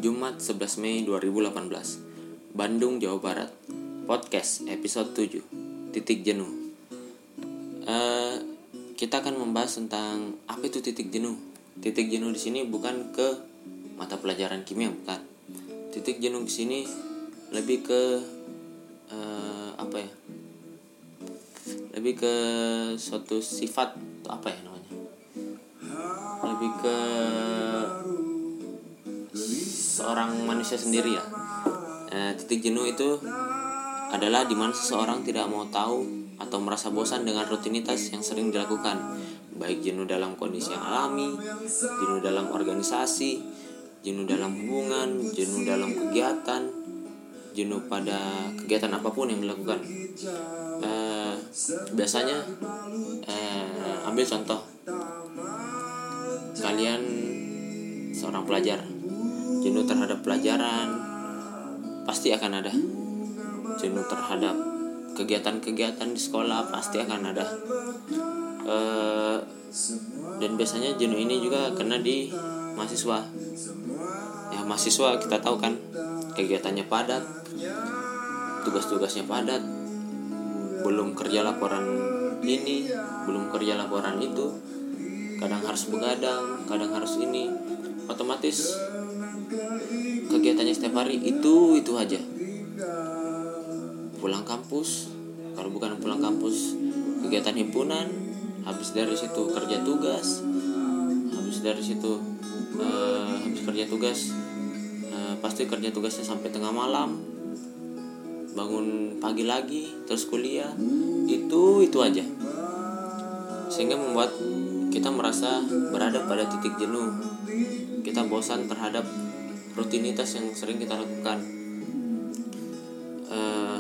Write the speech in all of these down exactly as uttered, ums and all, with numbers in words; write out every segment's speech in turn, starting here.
Jumat sebelas Mei dua ribu delapan belas, Bandung, Jawa Barat. Podcast episode tujuh, Titik Jenuh. uh, Kita akan membahas tentang apa itu titik jenuh. Titik jenuh di sini bukan ke mata pelajaran kimia, bukan. Titik jenuh di sini lebih ke uh, apa ya? Lebih ke suatu sifat atau apa ya namanya? Lebih ke seorang manusia sendiri ya. Nah, titik jenuh itu adalah di mana seseorang tidak mau tahu atau merasa bosan dengan rutinitas yang sering dilakukan, baik jenuh dalam kondisi yang alami, jenuh dalam organisasi, jenuh dalam hubungan, jenuh dalam kegiatan, jenuh pada kegiatan apapun yang dilakukan. Eh, biasanya eh, ambil contoh, kalian seorang pelajar jenuh terhadap pelajaran, pasti akan ada. Jenuh terhadap kegiatan-kegiatan di sekolah, pasti akan ada. E, dan biasanya jenuh ini juga kena di mahasiswa. Ya, mahasiswa kita tahu kan, kegiatannya padat, tugas-tugasnya padat, belum kerja laporan ini, belum kerja laporan itu, kadang harus begadang, kadang harus ini. Otomatis kegiatannya setiap hari itu itu aja. Pulang kampus, kalau bukan pulang kampus, kegiatan himpunan, habis dari situ kerja tugas, habis dari situ uh, habis kerja tugas, uh, pasti kerja tugasnya sampai tengah malam, bangun pagi lagi, terus kuliah, itu itu aja, sehingga membuat kita merasa berada pada titik jenuh. Kita bosan terhadap rutinitas yang sering kita lakukan. Uh,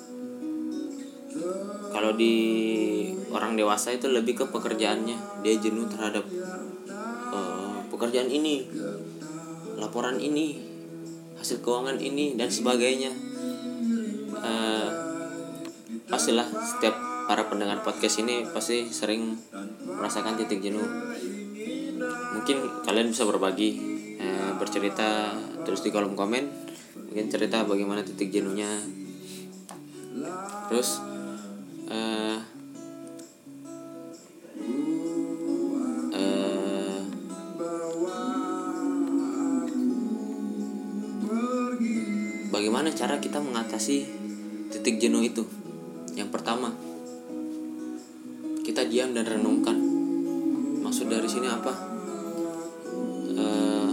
kalau di orang dewasa itu lebih ke pekerjaannya, dia jenuh terhadap uh, pekerjaan ini, laporan ini, hasil keuangan ini dan sebagainya. Uh, pastilah setiap para pendengar podcast ini pasti sering merasakan titik jenuh. Mungkin kalian bisa berbagi, eh, bercerita, terus di kolom komen mungkin cerita bagaimana titik jenuhnya. Terus eh, eh, bagaimana cara kita mengatasi titik jenuh itu? Yang pertama, kita diam dan renungkan. Maksud dari sini apa? Uh,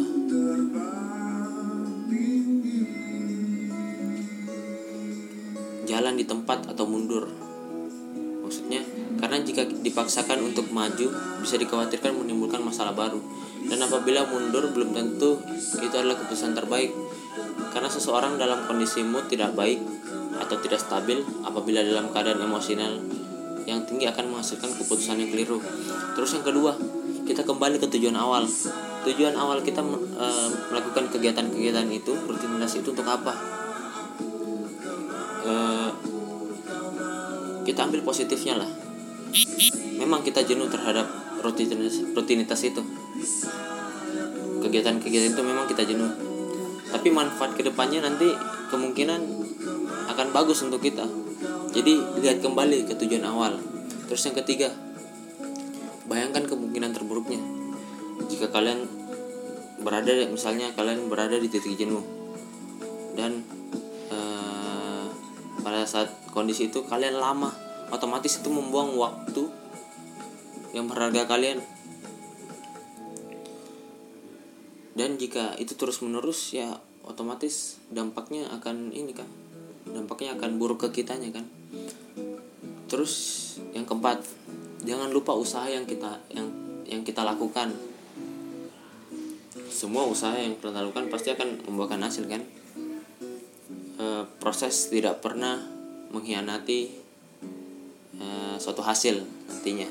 jalan di tempat atau mundur. Maksudnya, karena jika dipaksakan untuk maju, bisa dikhawatirkan menimbulkan masalah baru. Dan apabila mundur, belum tentu itu adalah keputusan terbaik. Karena seseorang dalam kondisi mood tidak baik atau tidak stabil, apabila dalam keadaan emosional yang tinggi akan menghasilkan keputusan yang keliru. Terus yang kedua, kita kembali ke tujuan awal. Tujuan awal kita e, melakukan kegiatan-kegiatan itu, rutinitas itu untuk apa? E, kita ambil positifnya lah. Memang kita jenuh terhadap rutinitas, rutinitas itu. Kegiatan-kegiatan itu memang kita jenuh. Tapi manfaat kedepannya nanti kemungkinan akan bagus untuk kita. Jadi lihat kembali ke tujuan awal. Terus yang ketiga, bayangkan kemungkinan terburuknya. Jika kalian berada, misalnya kalian berada di titik jenuh dan ee, pada saat kondisi itu kalian lama, otomatis itu membuang waktu yang berharga kalian. Dan jika itu terus menerus, ya otomatis dampaknya akan ini kan, dampaknya akan buruk ke kitanya kan. Terus yang keempat, jangan lupa usaha yang kita yang yang kita lakukan. Semua usaha yang kita lakukan pasti akan membuahkan hasil kan. E, proses tidak pernah mengkhianati e, suatu hasil nantinya.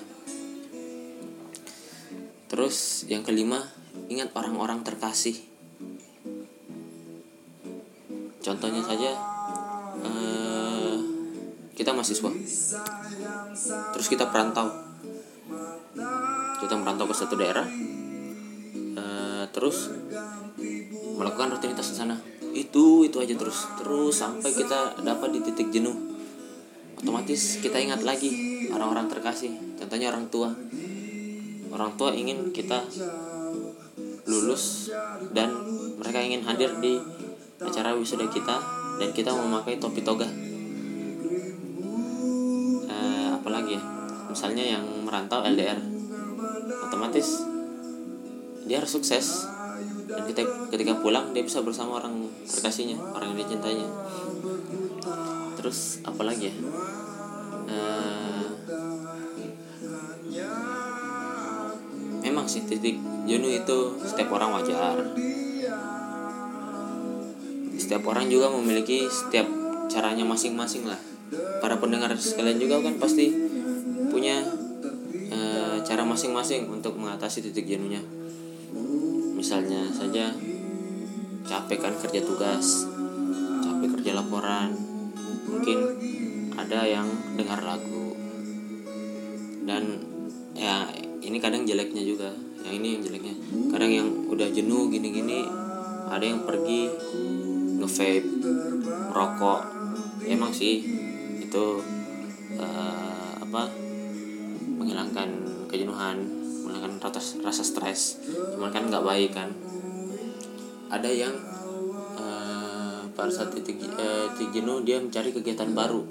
Terus yang kelima, ingat orang-orang terkasih. Contohnya saja, e, kita mahasiswa, terus kita perantau, kita merantau ke satu daerah. E, terus melakukan rutinitas ke sana. Itu itu aja terus terus sampai kita dapat di titik jenuh. Otomatis kita ingat lagi orang-orang terkasih, contohnya orang tua. Orang tua ingin kita lulus dan mereka ingin hadir di acara wisuda kita dan kita memakai topi toga. Eh, apalagi ya, misalnya yang merantau L D R, otomatis dia harus sukses dan kita ketika pulang dia bisa bersama orang terkasihnya, orang yang dicintainya. Terus apalagi ya, eh, memang sih titik jenuh itu setiap orang wajar. Setiap orang juga memiliki setiap caranya masing-masing lah. Para pendengar sekalian juga kan pasti punya e, cara masing-masing untuk mengatasi titik jenuhnya. Misalnya saja capek kan kerja tugas, capek kerja laporan, mungkin ada yang dengar lagu. Dan ya ini kadang jeleknya juga, yang ini yang jeleknya. Kadang yang udah jenuh gini-gini ada yang pergi nge-vape, merokok. Emang sih itu uh, apa menghilangkan kejenuhan, menghilangkan rasa, rasa stres. Cuman kan nggak baik kan. Ada yang uh, pada saat titik, uh, titik jenuh dia mencari kegiatan baru.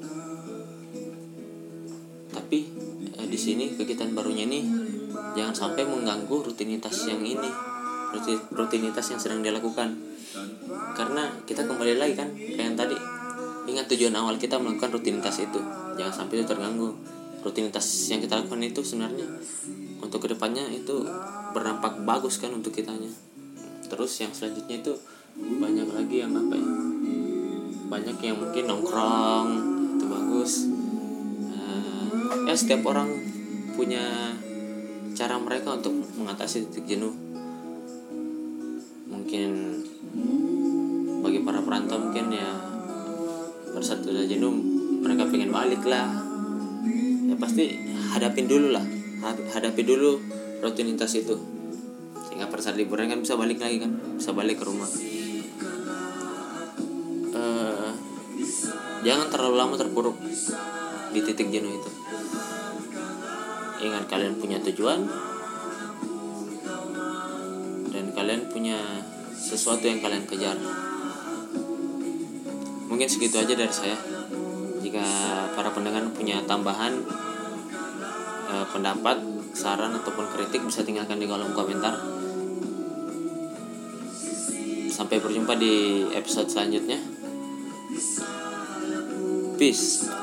Tapi uh, di sini kegiatan barunya ini jangan sampai mengganggu rutinitas yang ini, rutinitas yang sedang dia lakukan. Karena kita kembali lagi kan kayak yang tadi, ingat tujuan awal kita melakukan rutinitas itu, jangan sampai itu terganggu. Rutinitas yang kita lakukan itu sebenarnya untuk kedepannya itu berdampak bagus kan untuk kitanya. Terus yang selanjutnya itu banyak lagi yang apa ya, banyak yang mungkin nongkrong itu bagus. Nah, ya setiap orang punya cara mereka untuk mengatasi titik jenuh. Mungkin bagi para perantau mungkin ya pada saat udah jenuh mereka pengen balik lah, ya pasti hadapin dulu lah, hadapi dulu rutinitas itu sehingga pada saat liburan kan bisa balik lagi kan, bisa balik ke rumah. Uh, jangan terlalu lama terpuruk di titik jenuh itu. Ingat kalian punya tujuan dan kalian punya sesuatu yang kalian kejar. Mungkin segitu aja dari saya. Jika para pendengar punya tambahan eh, pendapat, saran ataupun kritik bisa tinggalkan di kolom komentar. Sampai berjumpa di episode selanjutnya. Peace.